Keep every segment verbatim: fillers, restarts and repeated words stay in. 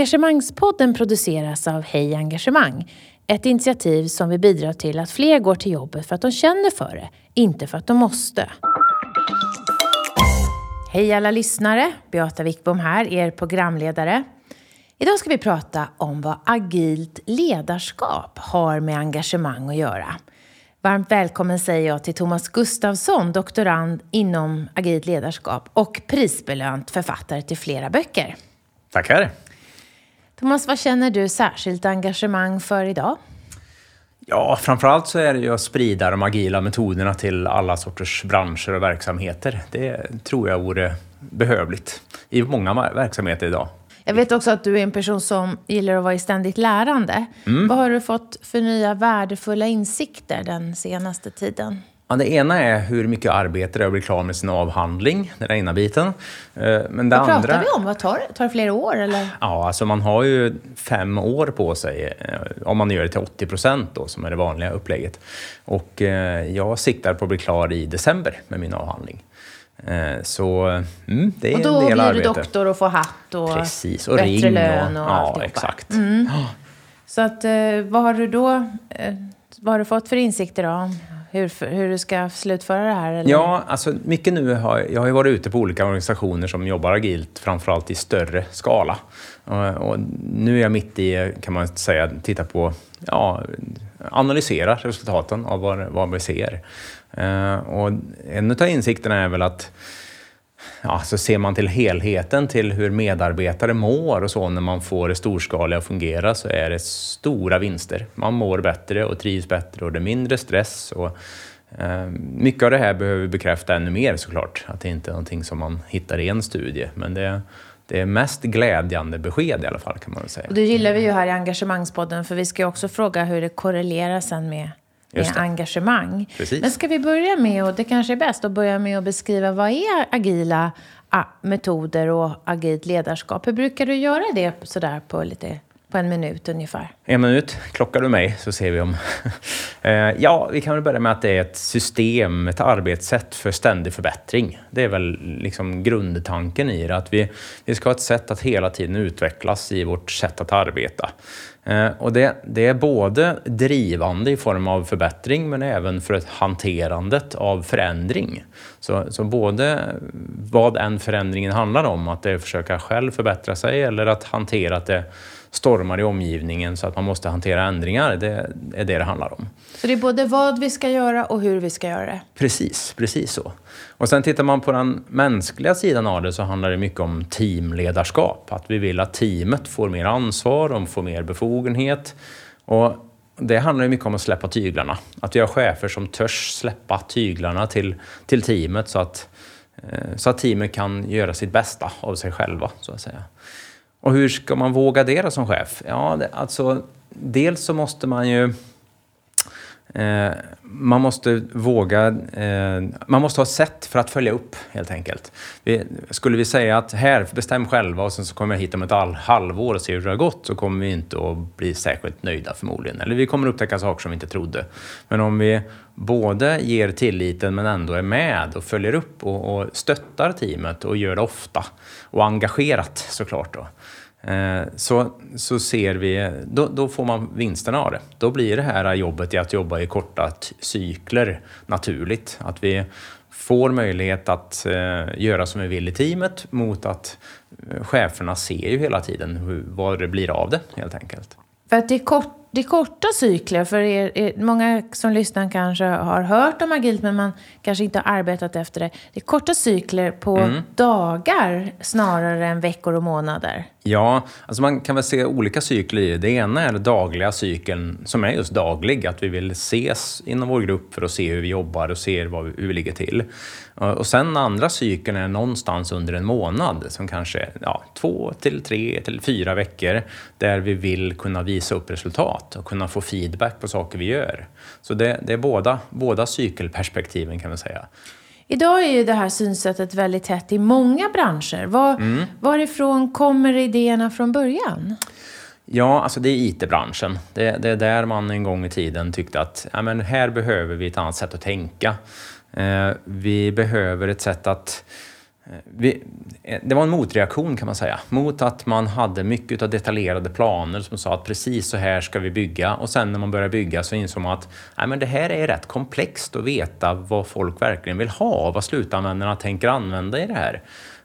Engagemangspodden produceras av Hej Engagemang. Ett initiativ som vill bidra till att fler går till jobbet för att de känner för det, inte för att de måste. Hej alla lyssnare, Beata Wickbom här, er programledare. Idag ska vi prata om vad agilt ledarskap har med engagemang att göra. Varmt välkommen säger jag till Thomas Gustafsson, doktorand inom agilt ledarskap och prisbelönt författare till flera böcker. Tackar. Thomas, vad känner du särskilt engagemang för idag? Ja, framförallt så är det ju att sprida de agila metoderna till alla sorters branscher och verksamheter. Det tror jag vore behövligt i många verksamheter idag. Jag vet också att du är en person som gillar att vara i ständigt lärande. Mm. Vad har du fått för nya värdefulla insikter den senaste tiden? Ja, det ena är hur mycket arbete det är att bli klar med sin avhandling, den ena biten. Men det Vad andra... pratar vi om? Vad tar det? Tar det flera år? Eller? Ja, alltså man har ju fem år på sig om man gör det till åttio procent då, som är det vanliga upplägget. Och jag siktar på att bli klar i december med min avhandling. Så mm, det är en del arbete. Och då blir du doktor och får hatt och, Precis, och bättre ring lön och och, allt. ja, exakt. Mm. Så att, vad har du då, vad har du fått för insikter då? Hur, hur du ska slutföra det här? Eller? Ja, alltså mycket nu har jag har ju varit ute på olika organisationer som jobbar agilt, framförallt i större skala. Och, och nu är jag mitt i, kan man säga, titta på, ja, analysera resultaten av vad, vad vi ser. Uh, och en av insikterna är väl att ja, så ser man till helheten, till hur medarbetare mår och så, när man får det storskaliga att fungera, så är det stora vinster. Man mår bättre och trivs bättre och det är mindre stress. Och, eh, mycket av det här behöver vi bekräfta ännu mer såklart. Att det inte är någonting som man hittar i en studie. Men det, det är mest glädjande besked i alla fall, kan man säga. Och det gillar vi ju här i Engagemangspodden, för vi ska också fråga hur det korrelerar sen med med engagemang. Precis. Men ska vi börja med, och det kanske är bäst att börja med att beskriva vad är agila ah, metoder och agilt ledarskap. Hur brukar du göra det sådär på, lite, på en minut ungefär? En minut, klockar du mig så ser vi om... ja, vi kan väl börja med att det är ett system, ett arbetssätt för ständig förbättring. Det är väl liksom grundtanken i det, att vi, vi ska ha ett sätt att hela tiden utvecklas i vårt sätt att arbeta. Eh, och det, det är både drivande i form av förbättring, men även för ett hanterandet av förändring. Så, så både vad en förändringen handlar om, att det är att försöka själv förbättra sig, eller att hantera att det stormar i omgivningen så att man måste hantera ändringar, det är det det handlar om. Så det är både vad vi ska göra och hur vi ska göra det? Precis, precis så. Och sen tittar man på den mänskliga sidan av det, så handlar det mycket om teamledarskap. Att vi vill att teamet får mer ansvar, och får mer befogenhet. Och det handlar ju mycket om att släppa tyglarna. Att vi har chefer som törs släppa tyglarna till, till teamet, så att, så att teamet kan göra sitt bästa av sig själva, så att säga. Och hur ska man våga det då som chef? Ja, det, alltså, dels så måste man ju... Eh, man måste våga... Eh, man måste ha sätt för att följa upp, helt enkelt. Vi, skulle vi säga att här, bestäm själva, och sen så kommer jag hit om ett all, halvår och se hur det har gått, så kommer vi inte att bli särskilt nöjda förmodligen. Eller vi kommer upptäcka saker som vi inte trodde. Men om vi både ger tilliten men ändå är med och följer upp och, och stöttar teamet och gör det ofta och engagerat såklart då. Eh, så, så ser vi, då, då får man vinsterna av det. Då blir det här jobbet i att jobba i korta t- cykler naturligt. Att vi får möjlighet att eh, göra som vi vill i teamet, mot att eh, cheferna ser ju hela tiden hur, vad det blir av det, helt enkelt. För att det är, kort, det är korta cykler, för er, er, många som lyssnar kanske har hört om agilt, men man kanske inte har arbetat efter det. Det är korta cykler på mm. dagar snarare än veckor och månader. Ja, alltså man kan väl se olika cykler i det. Det ena är den dagliga cykeln, som är just daglig. Att vi vill ses inom vår grupp för att se hur vi jobbar och se vad vi, hur vi ligger till. Och sen andra cykeln är någonstans under en månad, som kanske är ja, två till tre till fyra veckor, där vi vill kunna visa upp resultat och kunna få feedback på saker vi gör. Så det, det är båda, båda cykelperspektiven, kan man säga. Idag är ju det här synsättet väldigt tätt i många branscher. Var, mm. Varifrån kommer idéerna från början? Ja, alltså det är I T-branschen. Det, det är där man en gång i tiden tyckte att ja, men här behöver vi ett annat sätt att tänka. Eh, vi behöver ett sätt att Vi, det var en motreaktion kan man säga, mot att man hade mycket av detaljerade planer som sa att precis så här ska vi bygga, och sen när man började bygga så insåg man att nej, men det här är rätt komplext att veta vad folk verkligen vill ha, vad slutanvändarna tänker använda i det här.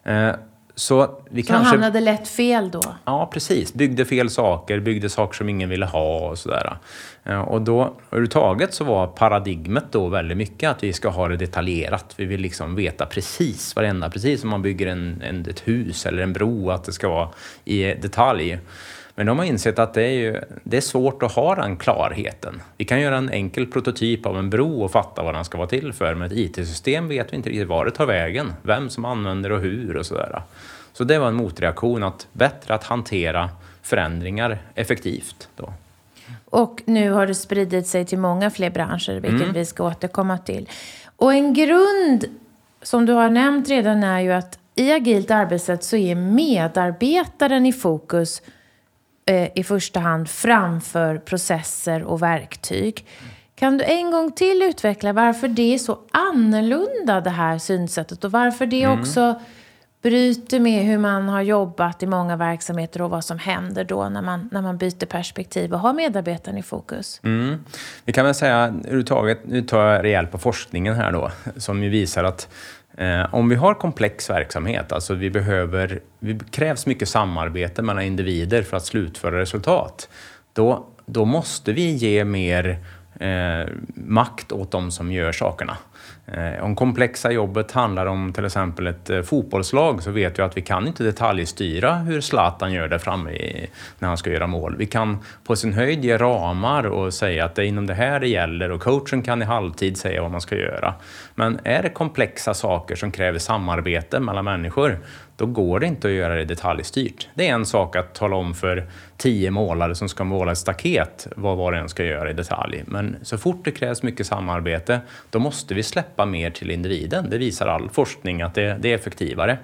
Så vi så kanske hamnade lätt fel då? Ja, precis. Byggde fel saker, byggde saker som ingen ville ha och sådär. Och då, överhuvudtaget så var paradigmet då väldigt mycket att vi ska ha det detaljerat. Vi vill liksom veta precis varenda, precis som man bygger en, en, ett hus eller en bro, att det ska vara i detalj. Men de har insett att det är, ju, det är svårt att ha den klarheten. Vi kan göra en enkel prototyp av en bro och fatta vad den ska vara till för. Men ett I T-system vet vi inte riktigt var det tar vägen. Vem som använder och hur och sådär. Så det var en motreaktion, att bättre att hantera förändringar effektivt då. Och nu har det spridit sig till många fler branscher, vilket mm. vi ska återkomma till. Och en grund som du har nämnt redan är ju att i agilt arbetssätt så är medarbetaren i fokus eh, i första hand framför processer och verktyg. Kan du en gång till utveckla varför det är så annorlunda, det här synsättet, och varför det mm. också bryter med hur man har jobbat i många verksamheter och vad som händer då när man, när man byter perspektiv och har medarbetaren i fokus? Mm. Vi kan väl säga överhuvudtaget, nu tar jag rejält på forskningen här då, som ju visar att eh, om vi har komplex verksamhet, alltså vi behöver, vi krävs mycket samarbete mellan individer för att slutföra resultat, då, då måste vi ge mer eh, makt åt de som gör sakerna. Om komplexa jobbet handlar om till exempel ett fotbollslag, så vet vi att vi kan inte detaljstyra hur Zlatan gör det framme i, när han ska göra mål. Vi kan på sin höjd ge ramar och säga att det är inom det här det gäller, och coachen kan i halvtid säga vad man ska göra. Men är det komplexa saker som kräver samarbete mellan människor, då går det inte att göra det detaljstyrt. Det är en sak att tala om för tio målare som ska måla ett staket vad var det än ska göra i detalj. Men så fort det krävs mycket samarbete, då måste vi släppa mer till individen. Det visar all forskning att det, det är effektivare.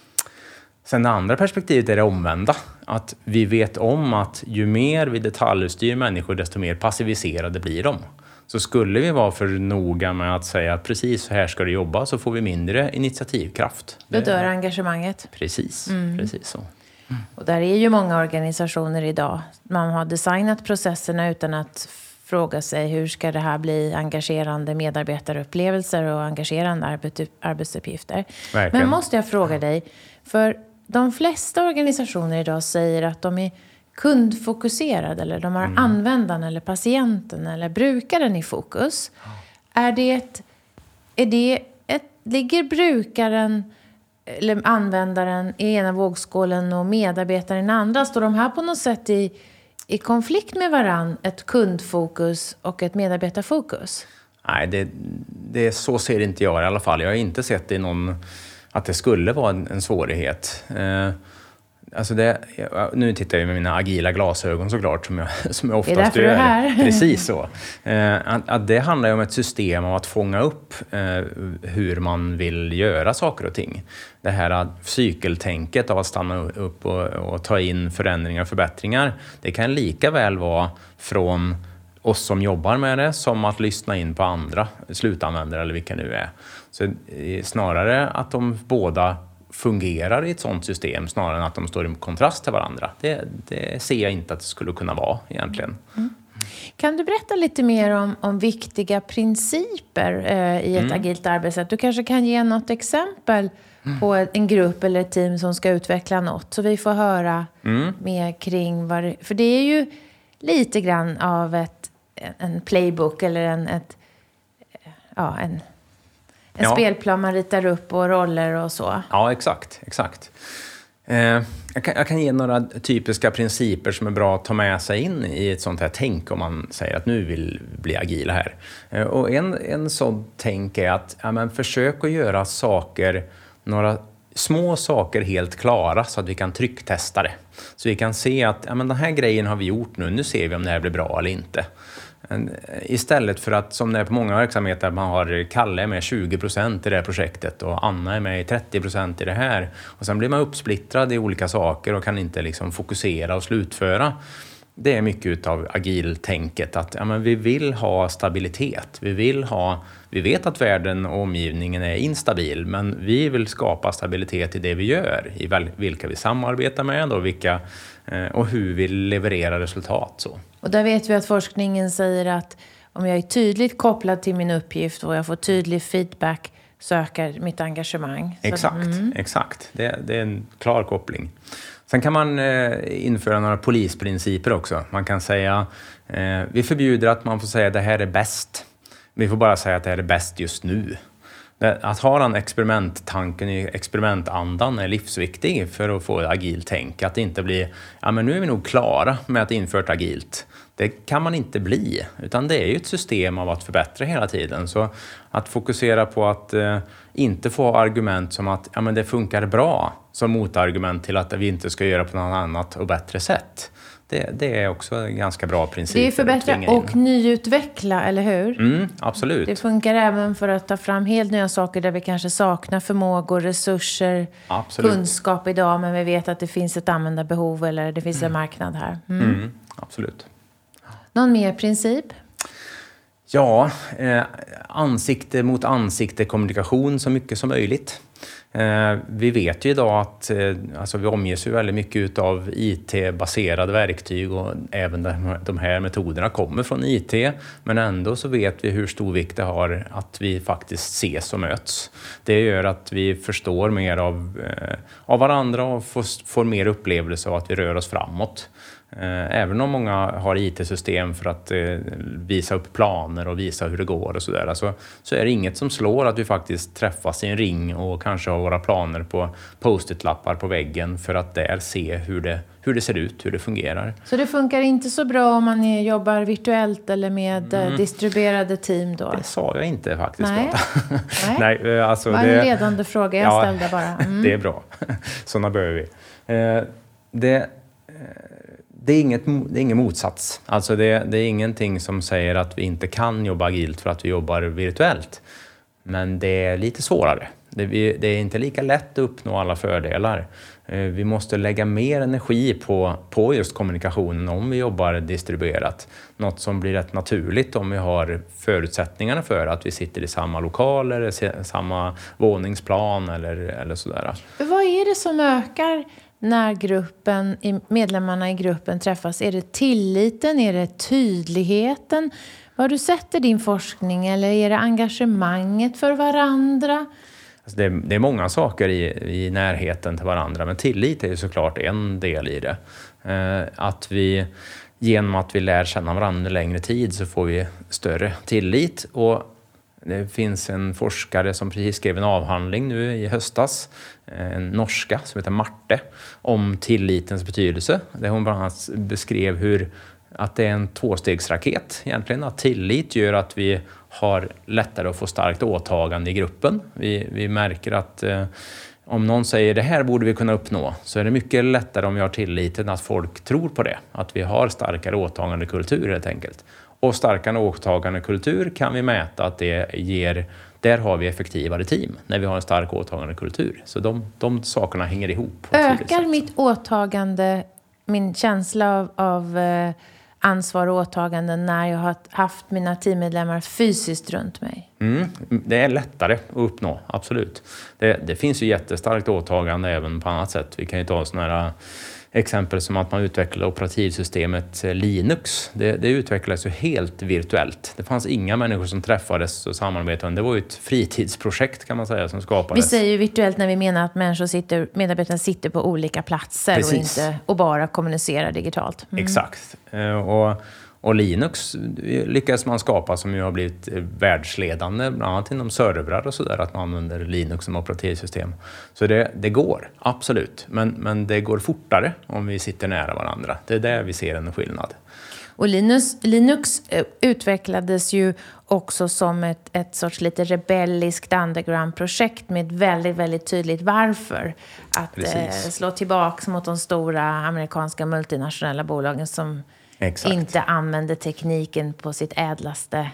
Sen det andra perspektivet är det omvända. Att vi vet om att ju mer vi detaljstyr människor, desto mer passiviserade blir de. Så skulle vi vara för noga med att säga att precis så här ska det jobba, så får vi mindre initiativkraft. Då dör engagemanget. Precis, mm. precis så. Mm. Och där är ju många organisationer idag. Man har designat processerna utan att fråga sig hur ska det här bli engagerande medarbetarupplevelser och engagerande arbetsuppgifter. Verkligen. Men måste jag fråga dig, för de flesta organisationer idag säger att de är kundfokuserade, eller de har mm. användaren eller patienten eller brukaren i fokus. Är det ett, är det ett, ligger brukaren eller användaren i ena vågskålen och medarbetaren i den andra? Står de här på något sätt i, i konflikt med varann, ett kundfokus och ett medarbetarfokus? Nej, det, det så ser inte jag i alla fall. Jag har inte sett det i någon, att det skulle vara en, en svårighet. Eh, Alltså det, nu tittar jag med mina agila glasögon såklart, som jag, som jag oftast det är gör. Här. Precis så. Eh, att, att det handlar ju om ett system av att fånga upp eh, hur man vill göra saker och ting. Det här cykeltänket av att stanna upp och, och ta in förändringar och förbättringar, det kan lika väl vara från oss som jobbar med det som att lyssna in på andra slutanvändare eller vilka nu är. Så eh, snarare att de båda fungerar i ett sådant system snarare än att de står i kontrast till varandra. Det, det ser jag inte att det skulle kunna vara egentligen. Mm. Kan du berätta lite mer om, om viktiga principer eh, i ett mm. agilt arbetssätt? Du kanske kan ge något exempel mm. på en grupp eller ett team som ska utveckla något, så vi får höra mm. mer kring vad det, för det är ju lite grann av ett, en playbook eller en, ett, ja, en En ja. spelplan man ritar upp och roller och så. Ja, exakt. exakt. Eh, jag, kan, jag kan ge några typiska principer som är bra att ta med sig in i ett sånt här tänk om man säger att nu vill bli agila här. Eh, och en, en sån tänk är att ja, men försök att göra saker, några små saker helt klara så att vi kan trycktesta det. Så vi kan se att ja, men den här grejen har vi gjort nu, nu ser vi om det här blir bra eller inte. Istället för att, som det är på många verksamheter, man har Kalle med tjugo procent i det här projektet och Anna är med trettio procent i det här. Och sen blir man uppsplittrad i olika saker och kan inte liksom fokusera och slutföra. det är mycket av agiltänket. Att ja, men vi vill ha stabilitet. Vi, vill ha, vi vet att världen och omgivningen är instabil, men vi vill skapa stabilitet i det vi gör. I vilka vi samarbetar med och, vilka, och hur vi levererar resultat. Så. Och där vet vi att forskningen säger att om jag är tydligt kopplad till min uppgift och jag får tydlig feedback så ökar mitt engagemang. Exakt, så, mm. exakt. Det, det är en klar koppling. Sen kan man eh, införa några polisprinciper också. Man kan säga, eh, vi förbjuder att man får säga det här är bäst. Vi får bara säga att det här är bäst just nu. Det, att ha den experimenttanken i experimentandan är livsviktig för att få ett agilt tänk. Att det inte blir, ja men nu är vi nog klara med att införa ett agilt. Det kan man inte bli, utan det är ju ett system av att förbättra hela tiden. Så att fokusera på att eh, inte få argument som att ja, men det funkar bra som motargument till att vi inte ska göra på något annat och bättre sätt. Det, det är också en ganska bra princip. Det är förbättra och nyutveckla, eller hur? Mm, absolut. Det funkar även för att ta fram helt nya saker där vi kanske saknar förmågor, resurser, absolut. Kunskap idag, men vi vet att det finns ett användarbehov eller det finns mm. en marknad här. Mm. Mm, absolut. Någon mer princip? Ja, eh, ansikte mot ansikte kommunikation så mycket som möjligt. Eh, vi vet ju idag att eh, alltså vi omges ju väldigt mycket av I T-baserade verktyg och även de, de här metoderna kommer från I T. Men ändå så vet vi hur stor vikt det har att vi faktiskt ses och möts. Det gör att vi förstår mer av, eh, av varandra och får, får mer upplevelse av att vi rör oss framåt. Även om många har I T-system för att eh, visa upp planer och visa hur det går och sådär, så, så är det inget som slår att vi faktiskt träffas i en ring och kanske har våra planer på post-it-lappar på väggen för att där se hur det, hur det ser ut, hur det fungerar. Så det funkar inte så bra om man är, jobbar virtuellt eller med mm. distribuerade team då? Det sa jag inte faktiskt. Nej, Nej. Nej alltså det var en ledande fråga jag ja, ställde bara. Mm. Det är bra. Sådana behöver vi. Eh, det... Det är, inget, det är ingen motsats. Alltså det, det är ingenting som säger att vi inte kan jobba agilt för att vi jobbar virtuellt. Men det är lite svårare. Det, det är inte lika lätt att uppnå alla fördelar. Vi måste lägga mer energi på, på just kommunikationen om vi jobbar distribuerat. Något som blir rätt naturligt om vi har förutsättningarna för att vi sitter i samma lokaler, samma våningsplan eller, eller sådär. Vad är det som ökar när gruppen, medlemmarna i gruppen träffas? Är det tilliten? Är det tydligheten? Var du sätter din forskning? Eller är det engagemanget för varandra? Alltså det, är, det är många saker i, i närheten till varandra. Men tillit är ju såklart en del i det. Eh, att vi, genom att vi lär känna varandra längre tid så får vi större tillit. Och det finns en forskare som precis skrev en avhandling nu i höstas, en norska som heter Marte, om tillitens betydelse. Där hon bland annat beskrev hur att det är en tvåstegsraket egentligen. Att tillit gör att vi har lättare att få starkt åtagande i gruppen. Vi, vi märker att eh, om någon säger det här borde vi kunna uppnå, så är det mycket lättare om vi har tilliten att folk tror på det. Att vi har starkare åtagande kultur helt enkelt. Och starkare åtagande kultur kan vi mäta att det ger, där har vi effektivare team när vi har en stark åtagande kultur. Så de, de sakerna hänger ihop. Ökar mitt åtagande, min känsla av, av eh, ansvar och åtagande när jag har haft mina teammedlemmar fysiskt runt mig? Mm, det är lättare att uppnå, absolut. Det, det finns ju jättestarkt åtagande även på annat sätt. Vi kan ju ta sådana här exempel som att man utvecklade operativsystemet Linux. Det, det utvecklades ju helt virtuellt. Det fanns inga människor som träffades och samarbetade. Det var ju ett fritidsprojekt kan man säga som skapades. Vi säger ju virtuellt när vi menar att människor sitter, medarbetarna sitter på olika platser och, inte, och bara kommunicerar digitalt. Mm. Exakt. Och, och Linux lyckades man skapa som ju har blivit världsledande, bland annat inom servrar och sådär, att man använder Linux som operativsystem. Så det, det går, absolut. Men, men det går fortare om vi sitter nära varandra. Det är där vi ser en skillnad. Och Linux, Linux utvecklades ju också som ett, ett sorts lite rebelliskt underground-projekt med väldigt, väldigt tydligt varför. Att eh, slå tillbaka mot de stora amerikanska multinationella bolagen som Exakt. Inte använder tekniken på sitt ädlaste,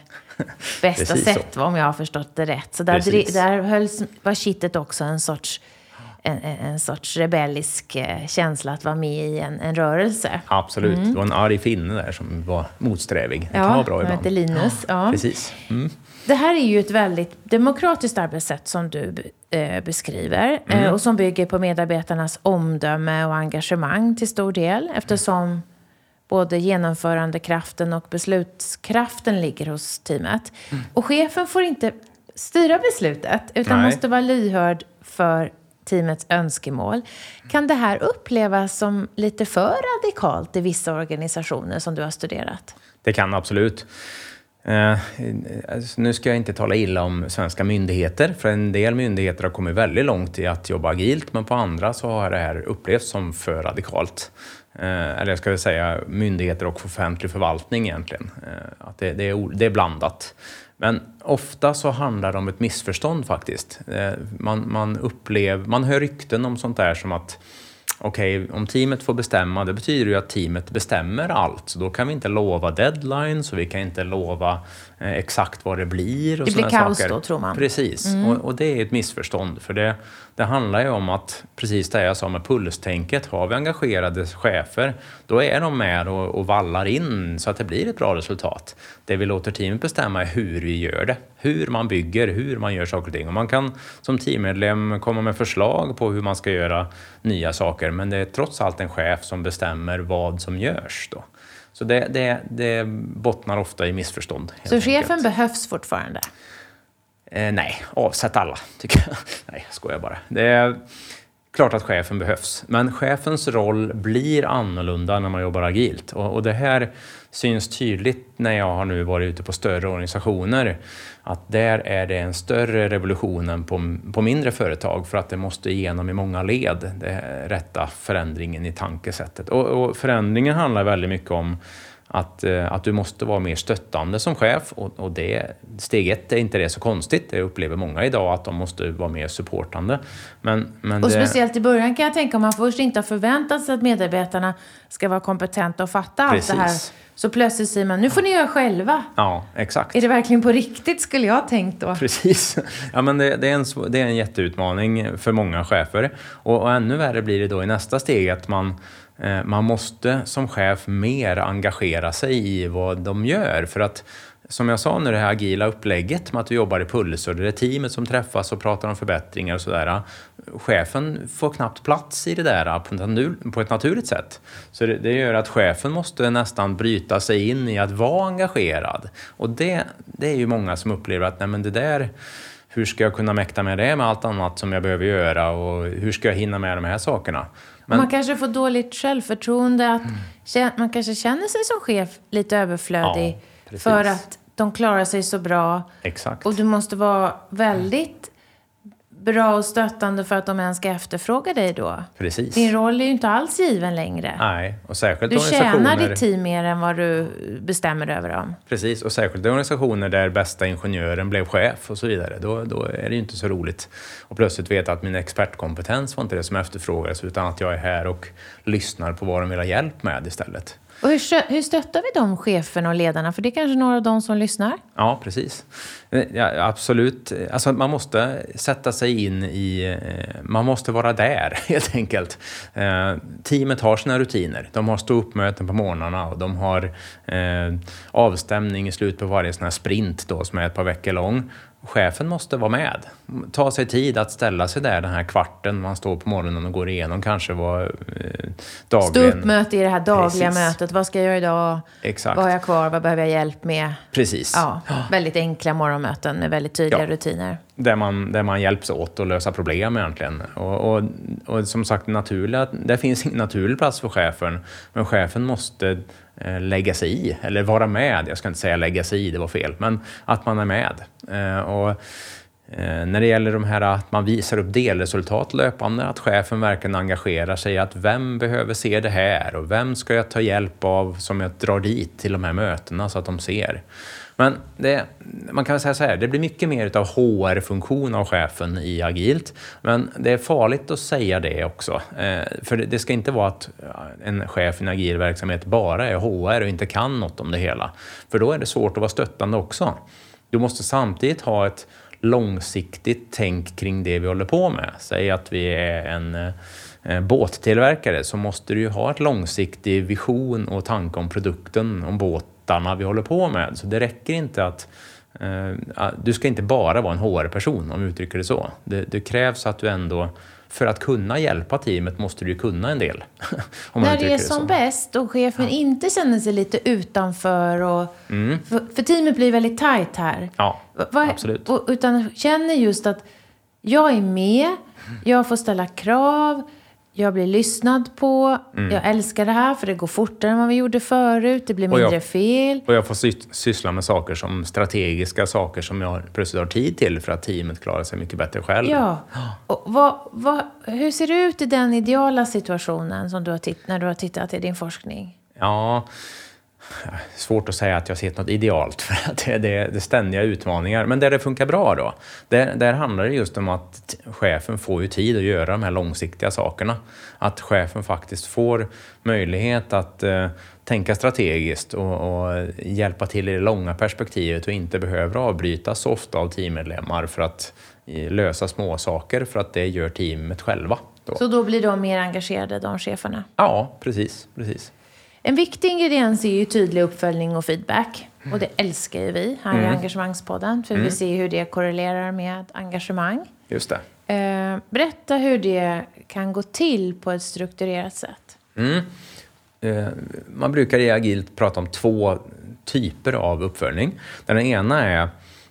bästa sätt, så. Om jag har förstått det rätt. Så där, där hölls, var kittet också en sorts en, en sorts rebellisk känsla att vara med i en, en rörelse. Absolut. Mm. Det var en arg finne där som var motsträvig. Det ja, kan vara bra ibland. Ja, Linus. Ja. Precis. Mm. Det här är ju ett väldigt demokratiskt arbetssätt som du eh, beskriver. Mm. Eh, och som bygger på medarbetarnas omdöme och engagemang till stor del. Eftersom både genomförandekraften och beslutskraften ligger hos teamet. Mm. Och chefen får inte styra beslutet utan Nej. måste vara lyhörd för teamets önskemål. Kan det här upplevas som lite för radikalt i vissa organisationer som du har studerat? Det kan absolut. Uh, alltså nu ska jag inte tala illa om svenska myndigheter, för en del myndigheter har kommit väldigt långt i att jobba agilt, men på andra så har det här upplevts som för radikalt. Uh, eller jag ska säga myndigheter och offentlig förvaltning egentligen. Uh, att det, det, är, det är blandat. Men ofta så handlar det om ett missförstånd faktiskt. Uh, man, man, upplever, man hör rykten om sånt där som att okej, okay, om teamet får bestämma, det betyder ju att teamet bestämmer allt. Så då kan vi inte lova deadlines och vi kan inte lova eh, exakt vad det blir. Och det blir kaos saker. Då, tror man. Precis, mm. och, och det är ett missförstånd. För det, det handlar ju om att, precis det jag sa med pulstänket, har vi engagerade chefer, då är de med och, och vallar in så att det blir ett bra resultat. Det vi låter teamet bestämma är hur vi gör det. Hur man bygger, hur man gör saker och ting. Och man kan som teammedlem komma med förslag på hur man ska göra nya saker. Men det är trots allt en chef som bestämmer vad som görs då. Så det, det, det bottnar ofta i missförstånd. Så chefen enkelt. behövs fortfarande? Eh, nej, avsätt alla tycker jag. Nej, jag skojar bara. Det är klart att chefen behövs. Men chefens roll blir annorlunda när man jobbar agilt. Och, och det här syns tydligt när jag har nu varit ute på större organisationer. Att där är det en större revolution än på, på mindre företag. För att det måste igenom i många led. Det rätta förändringen i tankesättet. Och, och förändringen handlar väldigt mycket om Att, att du måste vara mer stöttande som chef. Och, och det, steg ett är inte det så konstigt. Jag upplever många idag att de måste vara mer supportande. Men, men och det... speciellt i början kan jag tänka om man först inte har förväntat sig att medarbetarna ska vara kompetenta och fatta Precis. allt det här. Så plötsligt säger man, nu får ni göra själva. Ja, exakt. Är det verkligen på riktigt skulle jag ha tänkt då? Precis. Ja, men det, det, är en, det är en jätteutmaning för många chefer. Och, och ännu värre blir det då i nästa steg att man Man måste som chef mer engagera sig i vad de gör. För att, som jag sa nu, det här agila upplägget med att vi jobbar i pulser, det är teamet som träffas och pratar om förbättringar och sådär. Chefen får knappt plats i det där på ett naturligt sätt. Så det, det gör att chefen måste nästan bryta sig in i att vara engagerad. Och det, det är ju många som upplever att nej, men det där... Hur ska jag kunna mäkta med det med allt annat som jag behöver göra och hur ska jag hinna med de här sakerna? Men... Man kanske får dåligt självförtroende att mm. man kanske känner sig som chef lite överflödig ja, för att de klarar sig så bra. Exakt. Och du måste vara väldigt bra och stöttande för att de ens ska efterfråga dig då. Precis. Din roll är ju inte alls given längre. Nej, och särskilt du organisationer... tjänar ditt team mer än vad du bestämmer över dem. Precis, och särskilt organisationer där bästa ingenjören blev chef och så vidare. Då, då är det ju inte så roligt. Och plötsligt veta att min expertkompetens var inte det som efterfrågades utan att jag är här och lyssnar på vad de vill ha hjälp med istället. Och hur, hur stöttar vi de cheferna och ledarna? För det är kanske några av dem som lyssnar. Ja, precis. Ja, absolut. Alltså, man måste sätta sig in i... Man måste vara där, helt enkelt. Eh, teamet har sina rutiner. De har stå-upp-möten på morgnarna och de har eh, avstämning i slutet på varje sån här sprint då, som är ett par veckor lång. Chefen måste vara med. Ta sig tid att ställa sig där den här kvarten man står på morgonen och går igenom kanske vad eh, dagligen... Stå upp möte i det här dagliga Precis. mötet. Vad ska jag göra idag? Exakt. Vad har jag kvar? Vad behöver jag hjälp med? Precis. Ja, väldigt enkla morgonmöten med väldigt tydliga ja. rutiner. Där man, där man hjälps åt att lösa problem egentligen. Och, och, och som sagt, naturliga, det finns ingen naturlig plats för chefen. Men chefen måste eh, lägga sig i, eller vara med. Jag ska inte säga lägga sig i, det var fel. Men att man är med. Eh, och eh, när det gäller de här att man visar upp delresultat löpande, att chefen verkligen engagerar sig, att vem behöver se det här och vem ska jag ta hjälp av som jag drar dit till de här mötena så att de ser. Men det, man kan säga så här, det blir mycket mer av H R-funktion av chefen i agilt. Men det är farligt att säga det också. Eh, för det, det ska inte vara att en chef i en agil verksamhet bara är H R och inte kan något om det hela. För då är det svårt att vara stöttande också. Du måste samtidigt ha ett långsiktigt tänk kring det vi håller på med. Säg att vi är en eh, båttillverkare, så måste du ju ha ett långsiktig vision och tanke om produkten, om båtarna vi håller på med. Så det räcker inte att eh, du ska inte bara vara en H R-person, om vi uttrycker det så. Det, det krävs att du ändå, för att kunna hjälpa teamet måste du ju kunna en del. Om När det är som det bäst och chefen ja. inte känner sig lite utanför. Och, mm. för, för teamet blir väldigt tajt här. Ja, Va, absolut. Och, utan känner just att jag är med, jag får ställa krav, jag blir lyssnad på, mm. jag älskar det här för det går fortare än vad vi gjorde förut, det blir mindre och jag, fel. Och jag får sy- syssla med saker som strategiska saker som jag plötsligt har tid till för att teamet klarar sig mycket bättre själv. Ja, och vad, vad, hur ser det ut i den ideala situationen som du har titt- när du har tittat i din forskning? Ja, svårt att säga att jag sett något idealt för att det är det, det ständiga utmaningar. Men där det funkar bra då, där, där handlar det just om att chefen får ju tid att göra de här långsiktiga sakerna. Att chefen faktiskt får möjlighet att eh, tänka strategiskt och, och hjälpa till i det långa perspektivet och inte behöver avbrytas så ofta av teammedlemmar för att lösa små saker, för att det gör teamet själva. Då. Så då blir de mer engagerade, de cheferna? Ja, precis, precis. En viktig ingrediens är ju tydlig uppföljning och feedback. Och det älskar ju vi här mm. i Engagemangspodden. För mm. vi ser hur det korrelerar med engagemang. Just det. Eh, berätta hur det kan gå till på ett strukturerat sätt. Mm. Eh, man brukar i agilt prata om två typer av uppföljning. Den ena är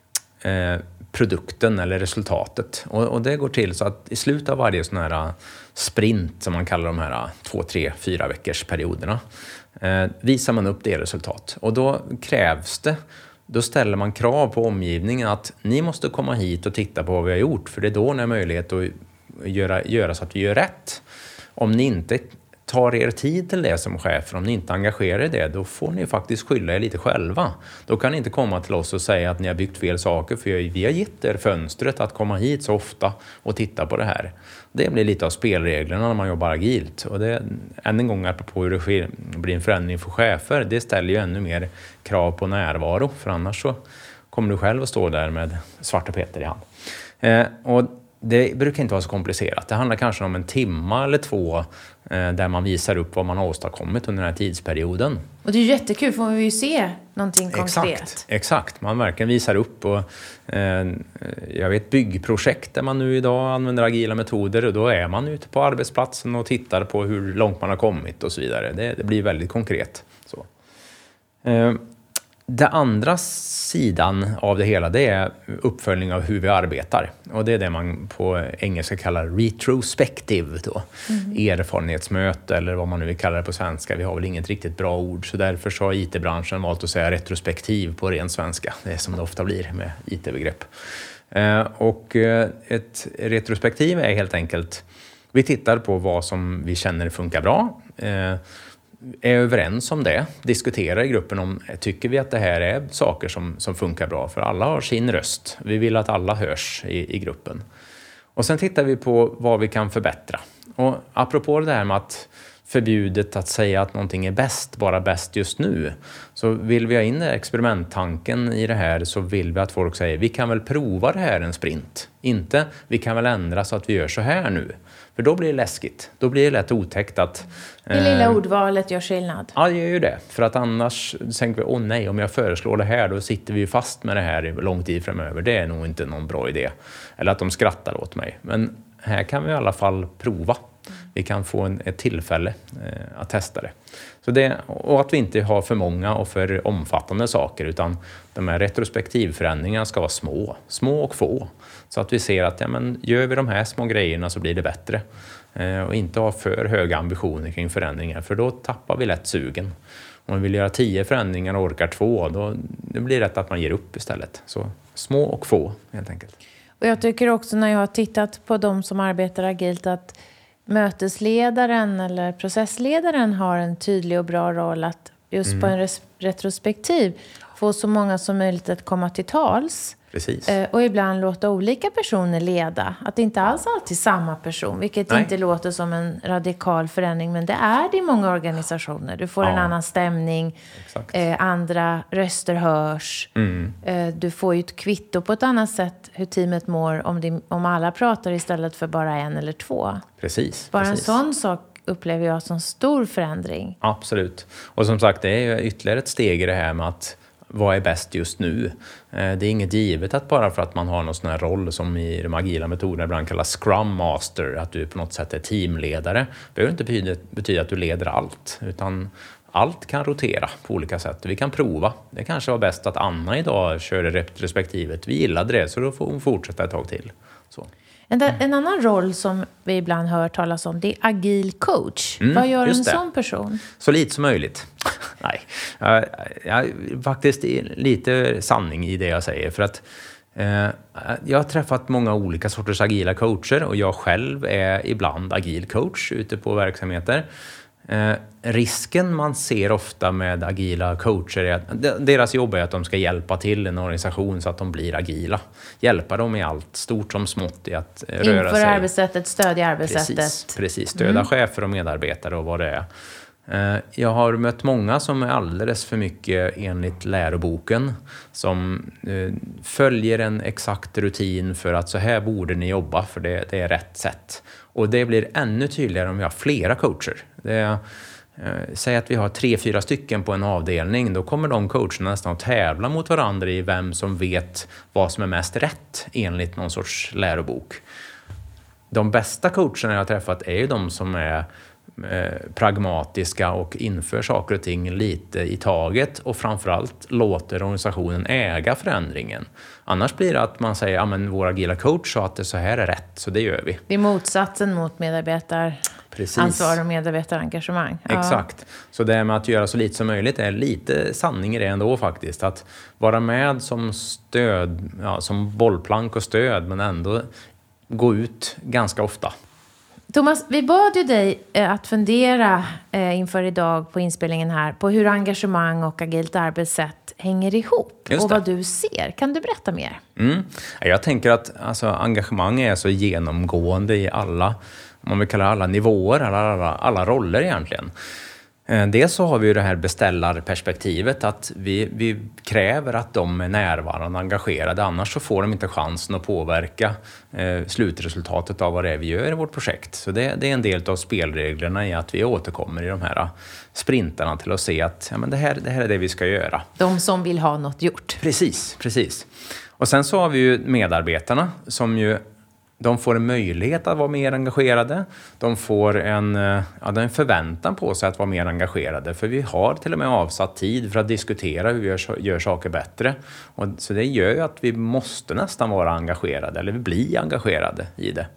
eh, produkten eller resultatet. Och, och det går till så att i slutet av varje sån här sprint, som man kallar de här två, tre, fyra veckors perioderna, eh, visar man upp det resultat. Och då krävs det, då ställer man krav på omgivningen att ni måste komma hit och titta på vad vi har gjort, för det är då ni har möjlighet att göra, göra så att vi gör rätt. Om ni inte tar er tid till det som chef, om ni inte engagerar er i det, då får ni faktiskt skylla er lite själva. Då kan ni inte komma till oss och säga att ni har byggt fel saker, för vi har gett er fönstret att komma hit så ofta och titta på det här. Det blir lite av spelreglerna när man jobbar agilt. Och det, än en gång apropå hur det sker, blir en förändring för chefer, det ställer ju ännu mer krav på närvaro, för annars så kommer du själv att stå där med Svarte Peter i hand. Eh, och det brukar inte vara så komplicerat. Det handlar kanske om en timme eller två eh, där man visar upp vad man har åstadkommit under den här tidsperioden. Och det är jättekul, får vi ju se någonting konkret. Exakt, exakt. Man verkligen visar upp. Och, eh, jag vet byggprojekt där man nu idag använder agila metoder, och då är man ute på arbetsplatsen och tittar på hur långt man har kommit och så vidare. Det, det blir väldigt konkret. Så. Eh, Det andra sidan av det hela, det är uppföljning av hur vi arbetar. Och det är det man på engelska kallar retrospective då. Mm. Erfarenhetsmöte eller vad man nu vill kalla det på svenska. Vi har väl inget riktigt bra ord, så därför så har I T-branschen valt att säga retrospektiv på ren svenska. Det är som det ofta blir med I T-begrepp. Eh, och ett retrospektiv är helt enkelt, vi tittar på vad som vi känner funkar bra. Eh, är överens om det, diskuterar i gruppen om, tycker vi att det här är saker som, som funkar bra, för alla har sin röst. Vi vill att alla hörs i, i gruppen. Och sen tittar vi på vad vi kan förbättra. Och apropå det här med att förbjudet att säga att någonting är bäst, bara bäst just nu, så vill vi ha in experimenttanken i det här, så vill vi att folk säger, vi kan väl prova det här en sprint. Inte, vi kan väl ändra så att vi gör så här nu. För då blir det läskigt. Då blir det lätt otäckt att... Det lilla eh, ordvalet gör skillnad. Ja, det gör ju det. För att annars tänker vi, åh nej, om jag föreslår det här, då sitter vi fast med det här i lång tid framöver. Det är nog inte någon bra idé. Eller att de skrattar åt mig. Men här kan vi i alla fall prova. Vi kan få en, ett tillfälle eh, att testa det. Så det. Och att vi inte har för många och för omfattande saker, utan de här retrospektivförändringarna ska vara små. Små och få. Så att vi ser att ja, men gör vi de här små grejerna så blir det bättre. Eh, och inte ha för höga ambitioner kring förändringar, för då tappar vi lätt sugen. Om vi vill göra tio förändringar och orkar två, då det blir det rätt att man ger upp istället. Så små och få helt enkelt. Och jag tycker också, när jag har tittat på de som arbetar agilt, att mötesledaren eller processledaren har en tydlig och bra roll att just mm. på en res- retrospektiv få så många som möjligt att komma till tals. Precis. Eh, och ibland låta olika personer leda. Att det inte alls alltid samma person. Vilket Nej. inte låter som en radikal förändring. Men det är det i många organisationer. Du får Ja. en annan stämning. Eh, andra röster hörs. Mm. Eh, du får ju ett kvitto på ett annat sätt hur teamet mår. Om, det, om alla pratar istället för bara en eller två. Precis. Bara precis. en sån sak upplever jag som stor förändring. Absolut. Och som sagt, det är ju ytterligare ett steg i det här med att vad är bäst just nu? Det är inget givet att bara för att man har någon sån här roll som i de agila metoderna ibland kallas Scrum Master, att du på något sätt är teamledare. Det behöver inte betyda, betyda att du leder allt, utan allt kan rotera på olika sätt. Vi kan prova. Det kanske var bäst att Anna idag körde respektivet. Vi gillade det, så då får hon fortsätta ett tag till. Så. En, en annan roll som vi ibland hör talas om, det är agil coach. Mm, Vad gör en just det. sån person? Så lite som möjligt. Nej, jag, jag, faktiskt lite sanning i det jag säger. För att eh, jag har träffat många olika sorters agila coacher och jag själv är ibland agil coach ute på verksamheter. Eh, risken man ser ofta med agila coacher är att deras jobb är att de ska hjälpa till en organisation så att de blir agila. Hjälpa dem i allt, stort som smått, i att eh, röra Inför sig. arbetssättet, stödja arbetssättet. Precis, precis. stöda Mm. chefer och medarbetare och vad det är. Eh, Jag har mött många som är alldeles för mycket enligt läroboken, som eh, följer en exakt rutin för att så här borde ni jobba, för det, det är rätt sätt. Och det blir ännu tydligare om vi har flera coacher. Det är, eh, säg att vi har tre, fyra stycken på en avdelning, då kommer de coacherna nästan att tävla mot varandra i vem som vet vad som är mest rätt enligt någon sorts lärobok. De bästa coacherna jag har träffat är ju de som är eh, pragmatiska och inför saker och ting lite i taget och framförallt låter organisationen äga förändringen. Annars blir det att man säger att ja, vår agila coach sa att det så här är rätt, så det gör vi. Det är motsatsen mot medarbetaransvar och medarbetarengagemang. Ja. Exakt. Så det med att göra så lite som möjligt är lite sanning i det ändå faktiskt. Att vara med som stöd, ja, som bollplank och stöd, men ändå gå ut ganska ofta. Thomas, vi bad ju dig eh, att fundera eh, inför idag på inspelningen här på hur engagemang och agilt arbetssätt hänger ihop Just och det. vad du ser. Kan du berätta mer? Mm. Jag tänker att alltså, engagemang är så genomgående i alla, om man vill kalla det alla nivåer, alla, alla, alla roller egentligen. Dels så har vi ju det här beställarperspektivet, att vi, vi kräver att de är närvarande och engagerade, annars så får de inte chansen att påverka eh, slutresultatet av vad det är vi gör i vårt projekt. Så det, det är en del av spelreglerna i att vi återkommer i de här sprintarna till att se att ja, men det, här, det här är det vi ska göra. De som vill ha något gjort. Precis, precis. Och sen så har vi ju medarbetarna som ju de får en möjlighet att vara mer engagerade. De får en, ja, en förväntan på sig att vara mer engagerade. För vi har till och med avsatt tid för att diskutera hur vi gör, gör saker bättre. Och, så det gör ju att vi måste nästan vara engagerade. Eller vi blir engagerade i det.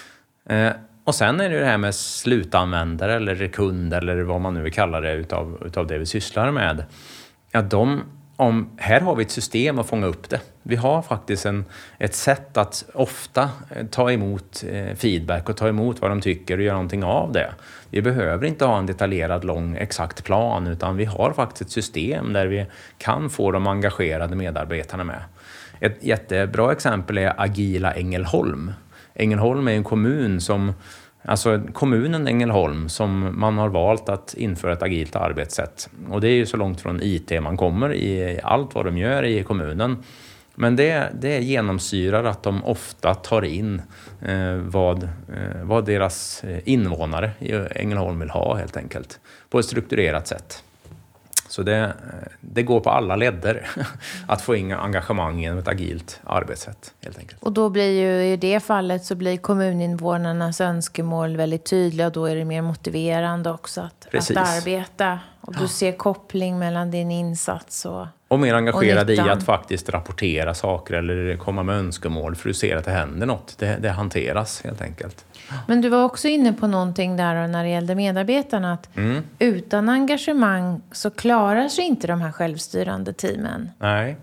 Eh, och sen är det ju det här med slutanvändare eller kund eller vad man nu vill kalla det utav, utav det vi sysslar med. Ja, de... Om, här har vi ett system att fånga upp det. Vi har faktiskt en, ett sätt att ofta ta emot eh, feedback och ta emot vad de tycker och göra någonting av det. Vi behöver inte ha en detaljerad, lång, exakt plan, utan vi har faktiskt ett system där vi kan få de engagerade medarbetarna med. Ett jättebra exempel är Agila Ängelholm. Ängelholm är en kommun som Alltså kommunen Ängelholm som man har valt att införa ett agilt arbetssätt. Och det är ju så långt från I T man kommer i allt vad de gör i kommunen. Men det, det genomsyrar att de ofta tar in eh, vad, eh, vad deras invånare i Ängelholm vill ha helt enkelt. På ett strukturerat sätt. Så det, det går på alla ledder att få in engagemang genom ett agilt arbetssätt helt enkelt. Och då blir ju i det fallet så blir kommuninvånarnas önskemål väldigt tydliga och då är det mer motiverande också att, att arbeta. Och du ser koppling mellan din insats och Och mer engagerad och i att faktiskt rapportera saker eller komma med önskemål för du ser att det händer något. Det, det hanteras helt enkelt. Men du var också inne på någonting där när det gällde medarbetarna. Att mm. utan engagemang så klarar sig inte de här självstyrande teamen. Nej,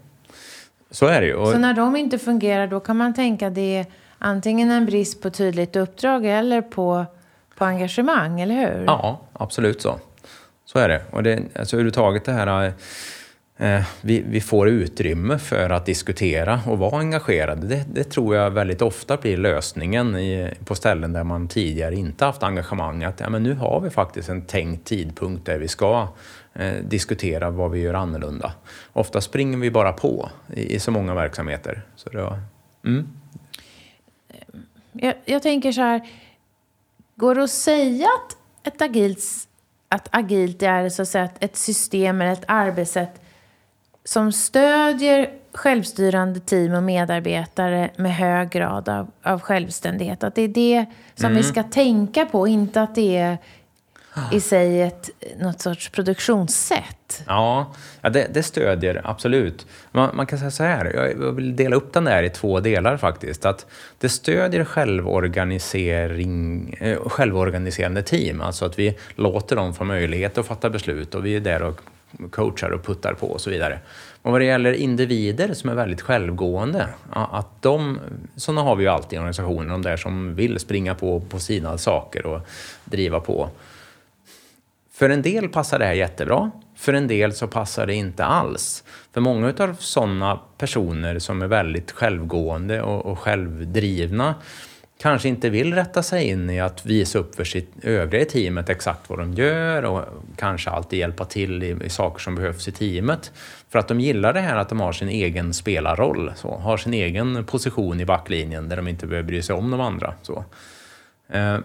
så är det ju. Och så när de inte fungerar då kan man tänka att det är antingen en brist på tydligt uppdrag eller på, på engagemang, eller hur? Ja, absolut så. Så är det. Och det, alltså överhuvudtaget det här eh, vi, vi får utrymme för att diskutera och vara engagerade. Det, det tror jag väldigt ofta blir lösningen i, på ställen där man tidigare inte haft engagemang. Att ja, men nu har vi faktiskt en tänkt tidpunkt där vi ska eh, diskutera vad vi gör annorlunda. Ofta springer vi bara på i, i så många verksamheter. Så det var, mm. jag, jag tänker så här, går det att säga att ett agilt, att agilt är så att säga, ett system eller ett arbetssätt som stödjer självstyrande team och medarbetare med hög grad av, av självständighet? Att det är det som mm. vi ska tänka på, inte att det är i sig ett, något sorts produktionssätt. Ja, ja det, det stödjer absolut. Man, man kan säga så här, jag vill dela upp den där i två delar faktiskt. Att det stödjer självorganisering, eh, självorganiserande team. Alltså att vi låter dem få möjlighet att fatta beslut och vi är där och coachar och puttar på och så vidare. Och vad det gäller individer som är väldigt självgående, att de, sådana har vi ju alltid i organisationen, de där som vill springa på, på sina saker och driva på. För en del passar det här jättebra, för en del så passar det inte alls. För många av sådana personer som är väldigt självgående och, och självdrivna kanske inte vill rätta sig in i att visa upp för sitt övriga teamet exakt vad de gör och kanske alltid hjälpa till i, i saker som behövs i teamet. För att de gillar det här att de har sin egen spelarroll, så, har sin egen position i backlinjen där de inte behöver bry sig om de andra. Så. Eh,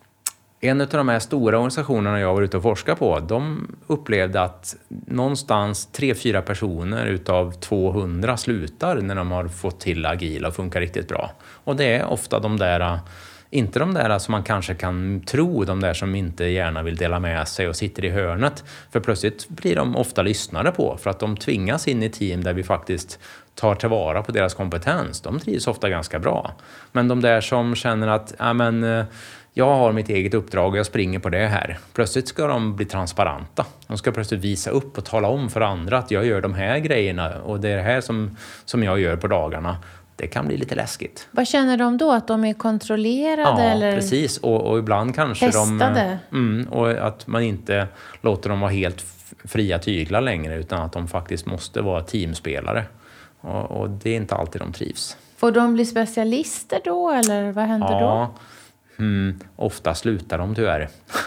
En av de här stora organisationerna jag var ute och forskade på, de upplevde att någonstans tre fyra personer utav tvåhundra slutar när de har fått till agila och funkar riktigt bra. Och det är ofta de där, inte de där som man kanske kan tro, de där som inte gärna vill dela med sig och sitter i hörnet. För plötsligt blir de ofta lyssnade på för att de tvingas in i team där vi faktiskt tar tillvara på deras kompetens. De trivs ofta ganska bra. Men de där som känner att ja, men, jag har mitt eget uppdrag och jag springer på det här. Plötsligt ska de bli transparenta. De ska plötsligt visa upp och tala om för andra att jag gör de här grejerna och det är det här som, som jag gör på dagarna. Det kan bli lite läskigt. Vad känner de då? Att de är kontrollerade? Ja, eller precis. Och, och ibland kanske testade. de... Mm, och att man inte låter dem vara helt fria tyglar längre utan att de faktiskt måste vara teamspelare. Och, och det är inte alltid de trivs. Får de bli specialister då eller vad händer ja. då? Mm, ofta slutar de tyvärr.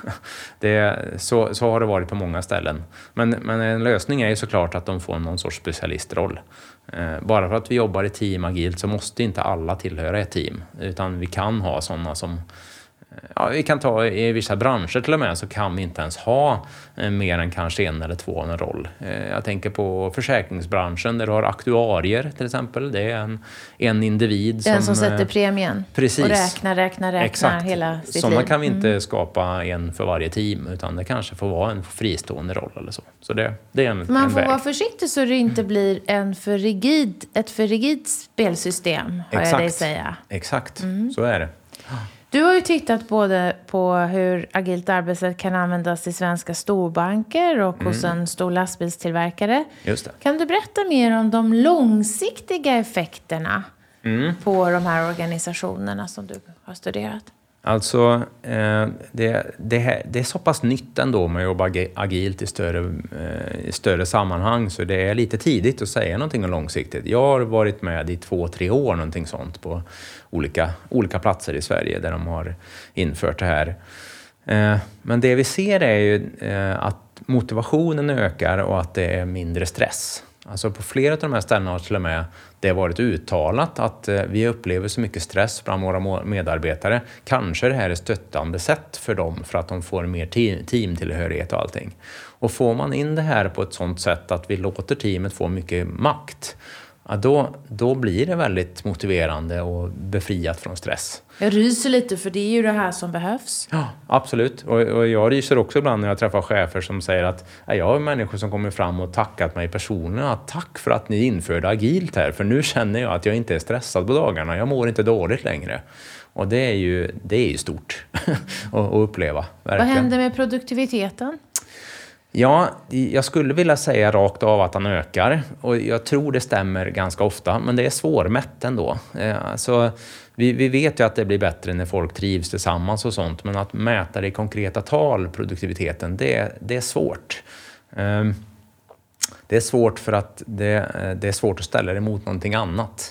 det, så, så har det varit på många ställen. Men, men en lösning är ju såklart att de får någon sorts specialistroll. Eh, bara för att vi jobbar i team agilt så måste inte alla tillhöra ett team. Utan vi kan ha sådana som... Ja, vi kan ta i vissa branscher till och med så kan vi inte ens ha eh, mer än kanske en eller två en roll. Eh, jag tänker på försäkringsbranschen där du har aktuarier till exempel. Det är en, en individ Den som... som, som sätter premien. Precis. Och räknar, räknar, räknar Exakt. Hela sitt Sådana liv. kan vi inte mm. skapa en för varje team utan det kanske får vara en fristående roll eller så. Så det, det är en, Man en får väg. vara försiktig så det inte blir en för rigid, ett för rigid spelsystem, har Exakt. jag dig säga. Exakt, mm. så är det. Du har ju tittat både på hur agilt arbetssätt kan användas i svenska storbanker och mm. hos en stor lastbilstillverkare. Just det. Kan du berätta mer om de långsiktiga effekterna mm. på de här organisationerna som du har studerat? Alltså, eh, det, det, här, det är så pass nytt ändå med att jobba agilt i större, eh, i större sammanhang så det är lite tidigt att säga någonting om långsiktigt. Jag har varit med i två, tre år någonting sånt på olika, olika platser i Sverige där de har infört det här. Eh, men det vi ser är ju eh, att motivationen ökar och att det är mindre stress. Alltså på flera av de här ställena har till och med det varit uttalat att eh, vi upplever så mycket stress bland våra medarbetare. Kanske det här är stöttande sätt för dem för att de får mer te- teamtillhörighet och allting. Och får man in det här på ett sånt sätt att vi låter teamet få mycket makt, ja, då, då blir det väldigt motiverande och befriat från stress. Jag ryser lite för det är ju det här som behövs. Ja, absolut. Och, och jag ryser också ibland när jag träffar chefer som säger att ja, jag har människor som kommer fram och tackat mig personligen. Ja, tack för att ni införde agilt här. För nu känner jag att jag inte är stressad på dagarna. Jag mår inte dåligt längre. Och det är ju, det är ju stort att uppleva. Verkligen. Vad händer med produktiviteten? Ja, jag skulle vilja säga rakt av att han ökar. Och jag tror det stämmer ganska ofta. Men det är svårmätt ändå. Alltså, vi, vi vet ju att det blir bättre när folk trivs tillsammans och sånt. Men att mäta det i konkreta tal, produktiviteten, det, det är svårt. Um, Det är svårt för att det, det är svårt att ställa det mot någonting annat.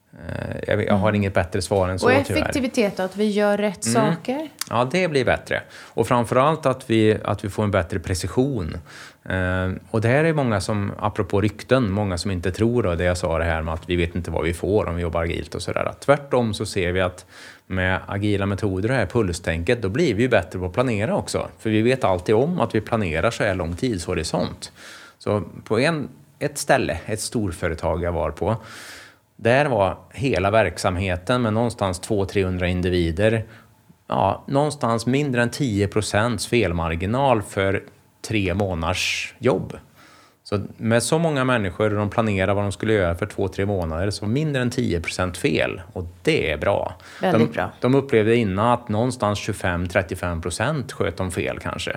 Jag, jag har inget bättre svar än så. Och effektivitet tyvärr. Att vi gör rätt mm. saker? Ja, det blir bättre. Och framförallt att vi, att vi får en bättre precision. Eh, och det här är många som, apropå rykten, många som inte tror då, det jag sa det här med att vi vet inte vad vi får om vi jobbar agilt och sådär. Tvärtom så ser vi att med agila metoder och det här pulstänket, då blir vi ju bättre på att planera också. För vi vet alltid om att vi planerar så här lång tidshorisont. Så på en, ett ställe, ett storföretag jag var på, där var hela verksamheten med någonstans två till trehundra individer, ja, någonstans mindre än tio procent felmarginal för tre månaders jobb. Så med så många människor och de planerar vad de skulle göra för två, tre månader, så mindre än tio procent fel. Och det är bra. Väldigt de, bra. De upplevde innan att någonstans tjugofem till trettiofem procent sköt de fel kanske.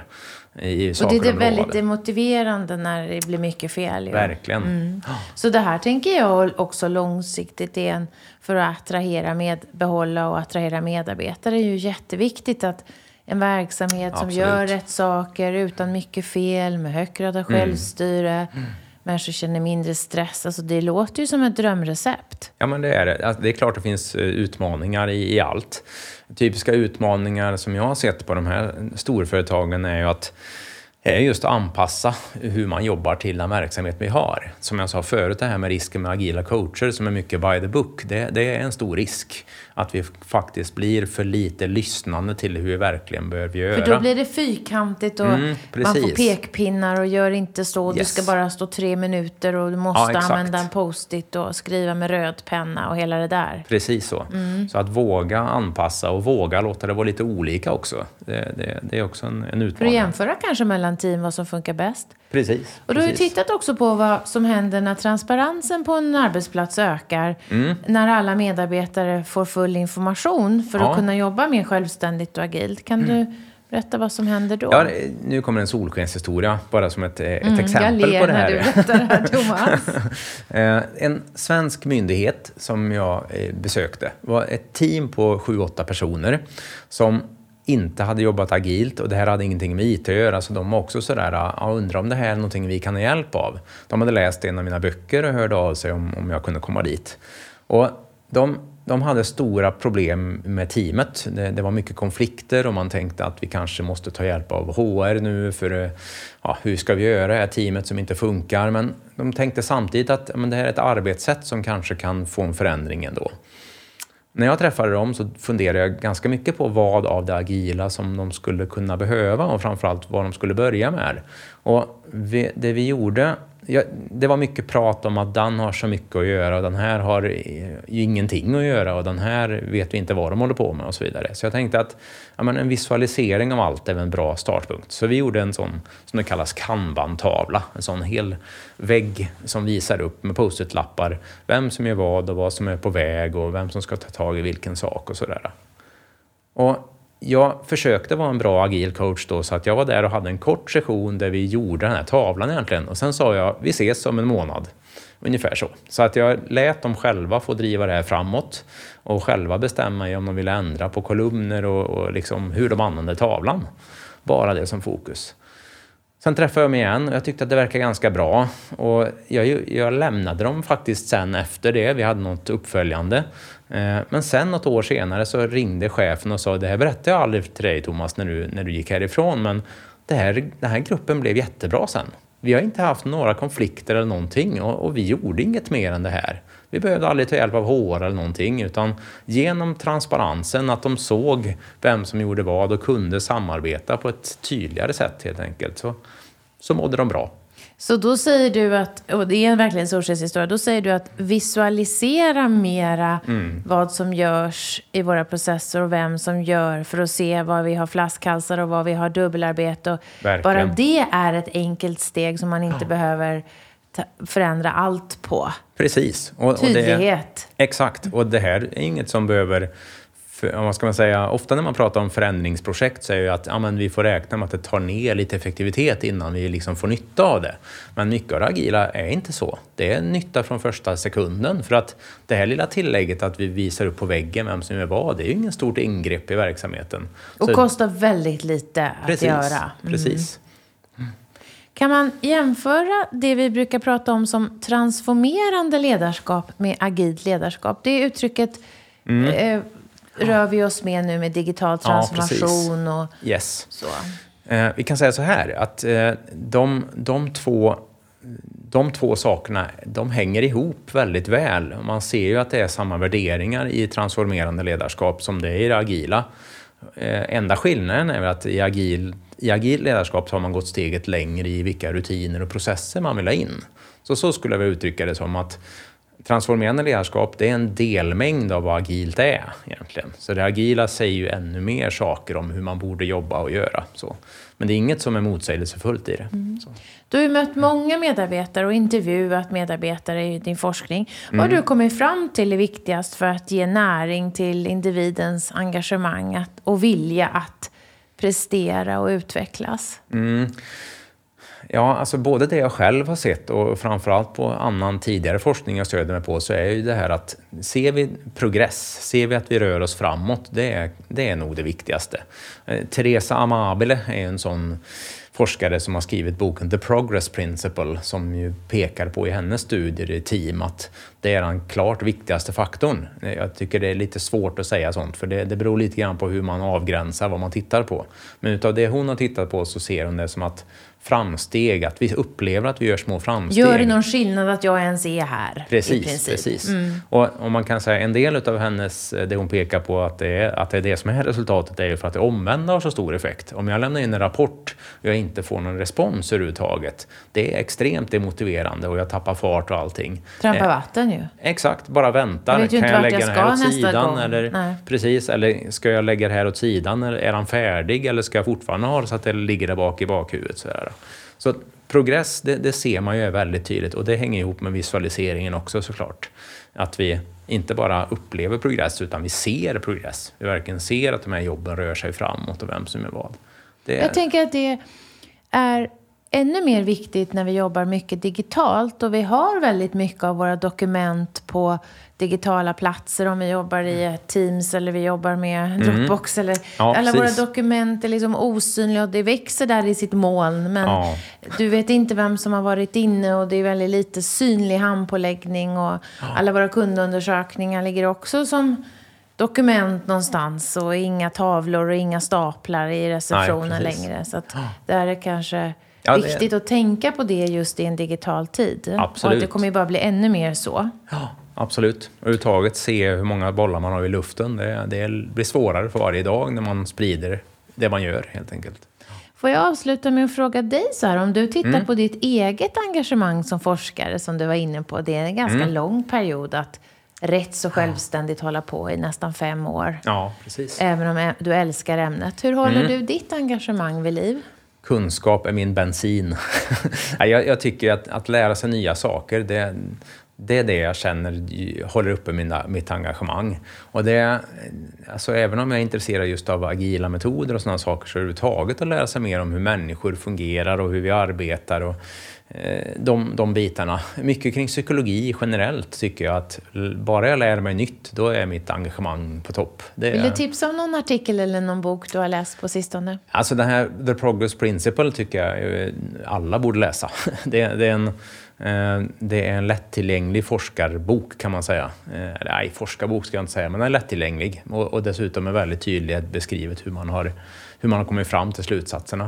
I och det är väldigt demotiverande när det blir mycket fel. Ja. Verkligen. Mm. Så det här tänker jag också långsiktigt är en, för att attrahera med, behålla och attrahera medarbetare. Det är ju jätteviktigt att en verksamhet som Absolut. Gör rätt saker utan mycket fel, med hög grad av självstyre. Mm. Mm. Människor känner mindre stress. Alltså det låter ju som ett drömrecept. Ja, men det är det. Alltså, det är klart det finns utmaningar i, i allt. Typiska utmaningar som jag har sett på de här storföretagen är ju att är just att anpassa hur man jobbar till den verksamhet vi har. Som jag sa förut, det här med risken med agila coacher som är mycket by the book. Det, det är en stor risk att vi faktiskt blir för lite lyssnande till hur vi verkligen behöver göra. För då blir det fyrkantigt och mm, man får pekpinnar och gör inte så. Yes. Du ska bara stå tre minuter och du måste ja, använda en post-it och skriva med röd penna och hela det där. Precis så. Mm. Så att våga anpassa och våga låta det vara lite olika också. Det, det, det är också en, en utmaning. För att jämföra kanske mellan team vad som funkar bäst. Precis. Och du har ju precis. tittat också på vad som händer när transparensen på en arbetsplats ökar. Mm. När alla medarbetare får full information för ja. Att kunna jobba mer självständigt och agilt. Kan mm. du berätta vad som händer då? Ja, nu kommer en solskenshistoria bara som ett, ett mm, exempel på det här. Jag ler när du berättar det här, Thomas. En svensk myndighet som jag besökte var ett team på sju åtta personer som inte hade jobbat agilt och det här hade ingenting med I T att göra, så de var också sådär, jag undrar om det här är någonting vi kan ha hjälp av. De hade läst en av mina böcker och hörde av sig om, om jag kunde komma dit. Och de, de hade stora problem med teamet. Det, det var mycket konflikter och man tänkte att vi kanske måste ta hjälp av H R nu för ja, hur ska vi göra det här teamet som inte funkar. Men de tänkte samtidigt att men det här är ett arbetssätt som kanske kan få en förändring ändå. När jag träffade dem så funderade jag ganska mycket på vad av det agila som de skulle kunna behöva och framförallt vad de skulle börja med. Och vi, det vi gjorde, ja, det var mycket prat om att den har så mycket att göra och den här har ju ingenting att göra och den här vet vi inte vad de håller på med och så vidare. Så jag tänkte att ja, men en visualisering av allt är en bra startpunkt. Så vi gjorde en sån som det kallas kanban-tavla, en sån hel vägg som visar upp med post-it-lappar vem som gör vad och vad som är på väg och vem som ska ta tag i vilken sak och sådär. Och jag försökte vara en bra agil coach då, så att jag var där och hade en kort session där vi gjorde den här tavlan egentligen. Och sen sa jag, vi ses om en månad. Ungefär så. Så att jag lät dem själva få driva det här framåt och själva bestämma om de ville ändra på kolumner och, och liksom hur de använde tavlan. Bara det som fokus. Sen träffade jag dem igen och jag tyckte att det verkade ganska bra. Och jag, jag lämnade dem faktiskt sen efter det. Vi hade något uppföljande. Men sen något år senare så ringde chefen och sa, det här berättade jag aldrig till dig Thomas när du, när du gick härifrån. Men det här, den här gruppen blev jättebra sen. Vi har inte haft några konflikter eller någonting och, och vi gjorde inget mer än det här. Vi behövde aldrig ta hjälp av H R eller någonting, utan genom transparensen, att de såg vem som gjorde vad och kunde samarbeta på ett tydligare sätt helt enkelt, så, så mådde de bra. Så då säger du att, och det är verkligen en solskenshistoria, då säger du att visualisera mera mm. vad som görs i våra processer och vem som gör, för att se vad vi har flaskhalsar och vad vi har dubbelarbete. Och bara det är ett enkelt steg som man inte ja. behöver ta, förändra allt på. Precis. Och, Tydlighet. Och det är, exakt. Och det här är inget som behöver... Vad ska man säga, ofta när man pratar om förändringsprojekt så är det att ja, men vi får räkna med att det tar ner lite effektivitet innan vi liksom får nytta av det. Men mycket av det agila är inte så. Det är nytta från första sekunden, för att det här lilla tillägget att vi visar upp på väggen vem som är vad, det är ju ingen stort ingrepp i verksamheten. Och så, kostar väldigt lite att precis, göra. Mm. Precis. Mm. Kan man jämföra det vi brukar prata om som transformerande ledarskap med agilt ledarskap? Det uttrycket mm. eh, rör vi oss med nu med digital transformation ja, och yes. så. Eh, vi kan säga så här att eh, de, de, två, de två sakerna de hänger ihop väldigt väl. Man ser ju att det är samma värderingar i transformerande ledarskap som det är i det agila. Eh, enda skillnaden är väl att i agil, i agil ledarskap så har man gått steget längre i vilka rutiner och processer man vill ha in. Så så skulle jag vilja uttrycka det som att transformerande ledarskap det är en delmängd av vad agilt är egentligen. Så det agila säger ju ännu mer saker om hur man borde jobba och göra. Så. Men det är inget som är motsägelsefullt i det. Mm. Så. Du har ju mött många medarbetare och intervjuat medarbetare i din forskning. Mm. Vad har du kommit fram till är viktigast för att ge näring till individens engagemang att, och vilja att prestera och utvecklas? Mm. Ja, alltså både det jag själv har sett och framförallt på annan tidigare forskning jag stöder mig på så är ju det här att ser vi progress, ser vi att vi rör oss framåt, det är, det är nog det viktigaste. Eh, Teresa Amabile är en sån forskare som har skrivit boken The Progress Principle som ju pekar på i hennes studier i team att det är den klart viktigaste faktorn. Jag tycker det är lite svårt att säga sånt för det, det beror lite grann på hur man avgränsar vad man tittar på. Men utav det hon har tittat på så ser hon det som att framsteg, att vi upplever att vi gör små framsteg. Gör det någon skillnad att jag ens är här? Precis, i princip? precis. Mm. Och om man kan säga en del av hennes, det hon pekar på att det är, att det är det som är resultatet är ju för att det omvända har så stor effekt. Om jag lämnar in en rapport och jag inte får någon respons överhuvudtaget, det är extremt demotiverande och jag tappar fart och allting. Trampa vatten ju. Exakt, bara vänta. Jag kan jag, jag lägga den här åt sidan? Gång. Eller, precis, eller ska jag lägga det här åt sidan? Eller är han färdig? Eller ska jag fortfarande ha det så att det ligger där bak i bakhuvudet? Så, här. så progress, det, det ser man ju väldigt tydligt. Och det hänger ihop med visualiseringen också såklart. Att vi inte bara upplever progress utan vi ser progress. Vi verkligen ser att de här jobben rör sig framåt och vem som är vad. Det är... Jag tänker att det är ännu mer viktigt när vi jobbar mycket digitalt och vi har väldigt mycket av våra dokument på digitala platser om vi jobbar i Teams eller vi jobbar med Dropbox mm. eller ja, alla precis. våra dokument är liksom osynliga och det växer där i sitt moln men ja. du vet inte vem som har varit inne och det är väldigt lite synlig handpåläggning och ja. alla våra kundundersökningar ligger också som dokument någonstans och inga tavlor och inga staplar i receptionen Nej, längre så att ja. där är kanske Ja, viktigt det... att tänka på det just i en digital tid. Absolut. Och att det kommer ju bara bli ännu mer så. Ja, absolut. Överhuvudtaget se hur många bollar man har i luften. Det, det blir svårare för varje dag när man sprider det man gör helt enkelt. Får jag avsluta med att fråga dig så här. Om du tittar mm. på ditt eget engagemang som forskare som du var inne på. Det är en ganska mm. lång period att rätt så självständigt ja. hålla på i nästan fem år. Ja, precis. Även om du älskar ämnet. Hur håller mm. du ditt engagemang vid liv? Kunskap är min bensin. jag, jag tycker att, att lära sig nya saker, det, det är det jag känner håller uppe mina, mitt engagemang. Och det, alltså, även om jag är intresserad just av agila metoder och sådana saker så är det överhuvudtaget att lära sig mer om hur människor fungerar och hur vi arbetar och eh, de, de bitarna. Mycket kring psykologi generellt tycker jag att bara jag lär mig nytt, då är mitt engagemang på topp. Det Vill du tipsa om någon artikel eller någon bok du har läst på sistone? Alltså den här The Progress Principle tycker jag alla borde läsa. Det, det är en Det är en lättillgänglig forskarbok kan man säga. Nej, forskarbok ska jag inte säga, men den är lättillgänglig. Och, och dessutom är väldigt tydligt beskrivet hur man har, hur man har kommit fram till slutsatserna.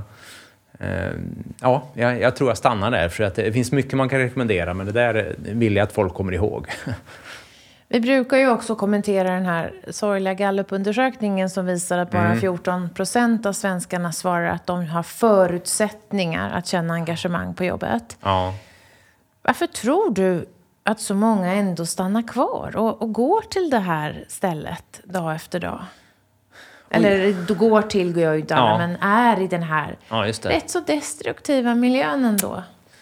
Ja, jag, jag tror jag stannar där för att det finns mycket man kan rekommendera, men det där vill jag att folk kommer ihåg. Vi brukar ju också kommentera den här sorgliga gallupundersökningen som visar att bara mm. fjorton procent av svenskarna svarar att de har förutsättningar att känna engagemang på jobbet. Ja. Varför tror du att så många ändå stannar kvar och, och går till det här stället dag efter dag? Eller då går till, går jag ju inte alla, ja. men är i den här ja, just det. rätt så destruktiva miljön ändå?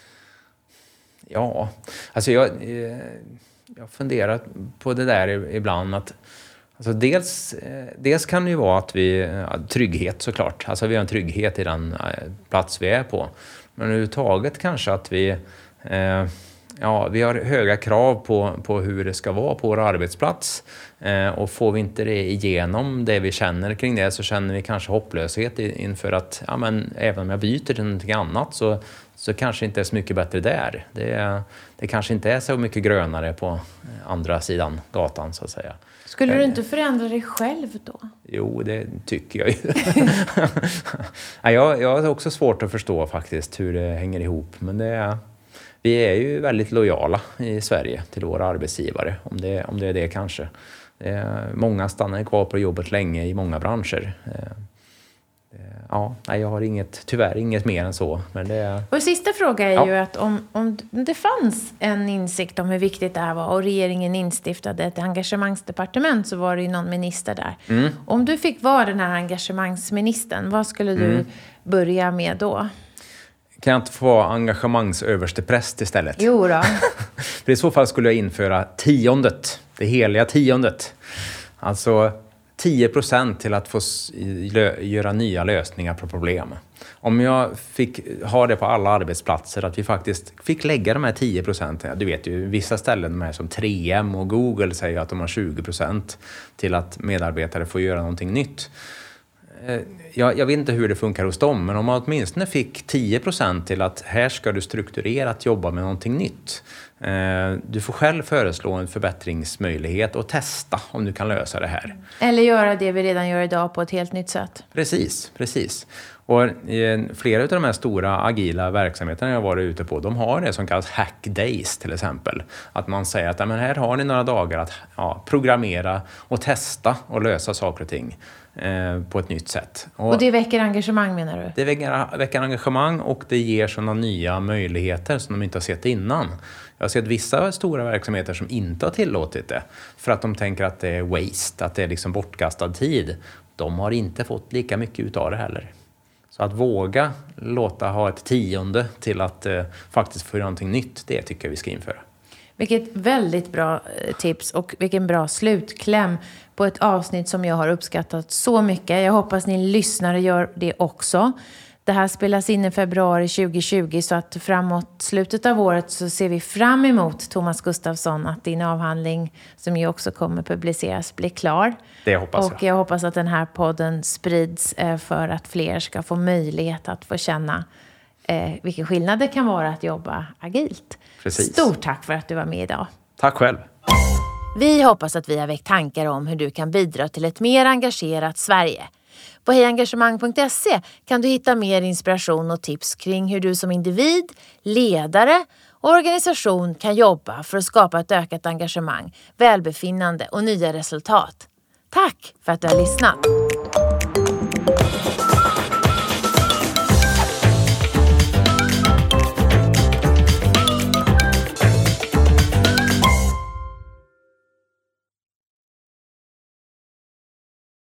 Ja, alltså jag, jag funderar på det där ibland att alltså dels, dels kan det ju vara att vi, trygghet såklart, alltså vi har en trygghet i den plats vi är på. Men överhuvudtaget kanske att vi Eh, ja, vi har höga krav på, på hur det ska vara på vår arbetsplats eh, och får vi inte det igenom det vi känner kring det så känner vi kanske hopplöshet inför att ja, men, även om jag byter till någonting annat så, så kanske inte är så mycket bättre där. Det, är, det kanske inte är så mycket grönare på andra sidan gatan så att säga. Skulle du inte förändra dig själv då? Jo, det tycker jag ju. jag, jag har också svårt att förstå faktiskt hur det hänger ihop. Men det är, vi är ju väldigt lojala i Sverige till våra arbetsgivare. Om det, om det är det kanske. Det är, många stannar kvar på jobbet länge i många branscher. Ja, nej, jag har inget, tyvärr inget mer än så. Men det är... Och sista fråga är ja. ju att om, om det fanns en insikt om hur viktigt det här var och regeringen instiftade ett engagemangsdepartement så var det ju någon minister där. Mm. Om du fick vara den här engagemangsministern, vad skulle du mm. börja med då? Kan jag inte få vara engagemangsöverstepräst istället? Jo då. För i så fall skulle jag införa tiondet, det heliga tiondet. Alltså tio procent till att få göra nya lösningar på problem. Om jag fick ha det på alla arbetsplatser, att vi faktiskt fick lägga de här tio procenten. Du vet ju, vissa ställen de här som tre M och Google säger att de har tjugo procent till att medarbetare får göra någonting nytt. Jag, jag vet inte hur det funkar hos dem, men om man åtminstone fick tio procent till att här ska du strukturerat jobba med någonting nytt. Du får själv föreslå en förbättringsmöjlighet och testa om du kan lösa det här. Eller göra det vi redan gör idag på ett helt nytt sätt. Precis, precis. Och flera av de här stora agila verksamheterna jag har varit ute på, de har det som kallas hack days till exempel. Att man säger att ja, men här har ni några dagar att ja, programmera och testa och lösa saker och ting eh, på ett nytt sätt. Och, och det väcker engagemang menar du? Det väcker, väcker engagemang och det ger sådana nya möjligheter som de inte har sett innan. Jag har sett vissa stora verksamheter som inte har tillåtit det för att de tänker att det är waste, att det är liksom bortkastad tid. De har inte fått lika mycket utav det heller. Så att våga låta ha ett tionde till att eh, faktiskt få göra någonting nytt, det tycker jag vi ska införa. Vilket väldigt bra tips och vilken bra slutkläm på ett avsnitt som jag har uppskattat så mycket. Jag hoppas ni lyssnare gör det också. Det här spelas in i februari tjugo tjugo så att framåt slutet av året så ser vi fram emot Thomas Gustafsson att din avhandling som ju också kommer publiceras blir klar. Det hoppas jag. Och jag hoppas att den här podden sprids för att fler ska få möjlighet att få känna eh, vilken skillnad det kan vara att jobba agilt. Precis. Stort tack för att du var med idag. Tack själv. Vi hoppas att vi har väckt tankar om hur du kan bidra till ett mer engagerat Sverige. På hejengagemang punkt se kan du hitta mer inspiration och tips kring hur du som individ, ledare och organisation kan jobba för att skapa ett ökat engagemang, välbefinnande och nya resultat. Tack för att du har lyssnat!